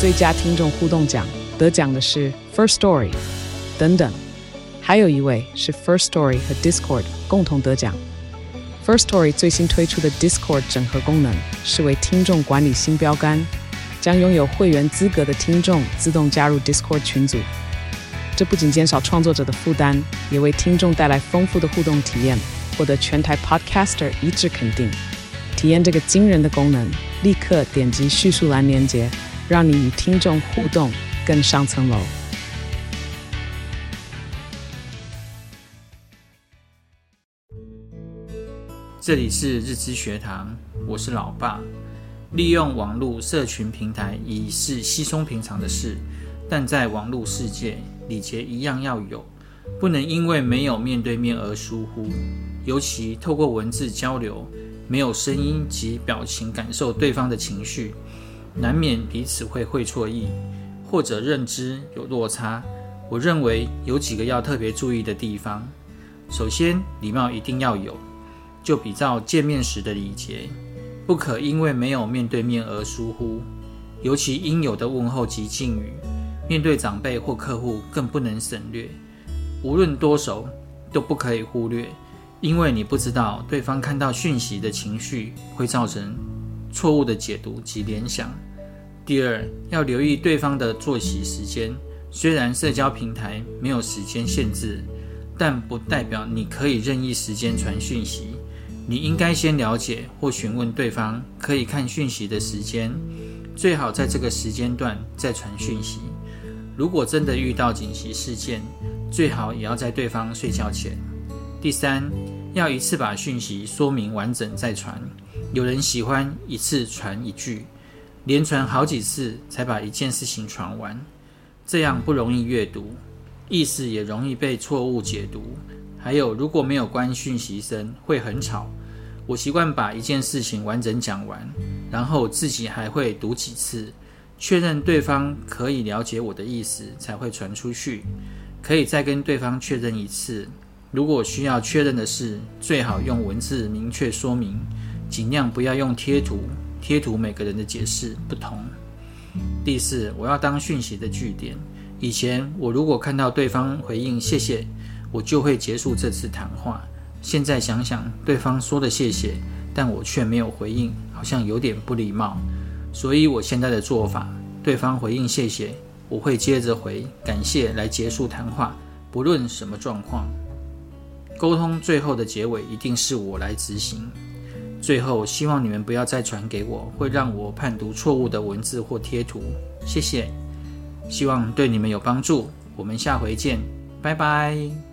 最佳听众互动奖，得奖的是 First Story 等等。还有一位是 First Story 和 Discord 共同得奖。First Story 最新推出的 Discord 整合功能是为听众管理新标杆，将拥有会员资格的听众自动加入 Discord 群组。这不仅减少创作者的负担，也为听众带来丰富的互动体验，获得全台 Podcaster 一致肯定。体验这个惊人的功能，立刻点击叙述栏连结，让你与听众互动更上层楼。 这里是日知学堂，我是老爸。利用网络社群平台已是稀松平常的事，但在网络世界，礼节一样要有，不能因为没有面对面而疏忽。尤其透过文字交流，没有声音及表情感受对方的情绪，难免彼此会错意，或者认知有落差。我认为有几个要特别注意的地方。首先，礼貌一定要有，就比照见面时的礼节，不可因为没有面对面而疏忽，尤其应有的问候及敬语，面对长辈或客户更不能省略，无论多熟都不可以忽略，因为你不知道对方看到讯息的情绪会造成错误的解读及联想。第二，要留意对方的作息时间，虽然社交平台没有时间限制，但不代表你可以任意时间传讯息。你应该先了解或询问对方可以看讯息的时间，最好在这个时间段再传讯息。如果真的遇到紧急事件，最好也要在对方睡觉前。第三，要一次把讯息说明完整再传。有人喜欢一次传一句，连传好几次才把一件事情传完，这样不容易阅读，意思也容易被错误解读。还有，如果没有关讯息声，会很吵。我习惯把一件事情完整讲完，然后自己还会读几次，确认对方可以了解我的意思，才会传出去。可以再跟对方确认一次。如果需要确认的事，最好用文字明确说明，尽量不要用贴图。贴图每个人的解释不同。第四，我要当讯息的句点。以前我如果看到对方回应谢谢，我就会结束这次谈话。现在想想，对方说了谢谢，但我却没有回应，好像有点不礼貌。所以我现在的做法，对方回应谢谢，我会接着回感谢来结束谈话，不论什么状况。沟通最后的结尾一定是我来执行。最后，希望你们不要再传给我会让我判读错误的文字或贴图。谢谢，希望对你们有帮助。我们下回见，拜拜。